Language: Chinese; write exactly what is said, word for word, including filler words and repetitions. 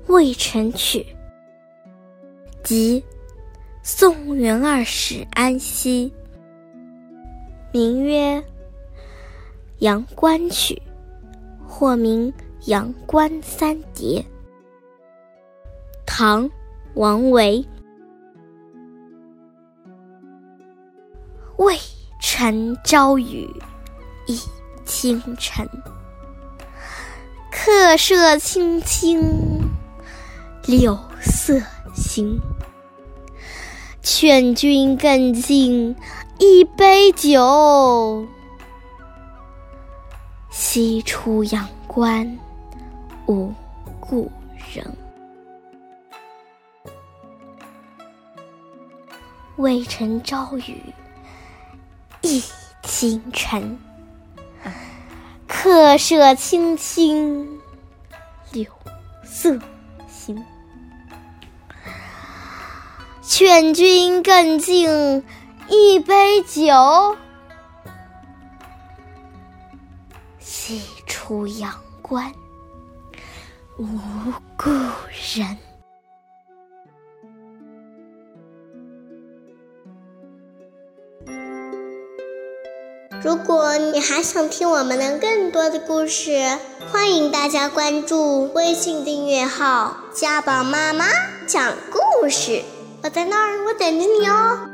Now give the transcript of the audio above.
渭城曲》，即宋元二使安西，名曰阳关曲，或名阳关三叠。唐·王维。渭城朝雨浥轻尘，客舍青青柳色新。劝君更尽一杯酒，西出阳关无故人。渭城朝雨浥轻尘，客舍青青柳色新。劝君更尽一杯酒，西出阳关无故人。 如果你还想听我们的更多的故事，欢迎大家关注微信订阅号家宝妈妈讲故事，我在那儿，我等着你哦。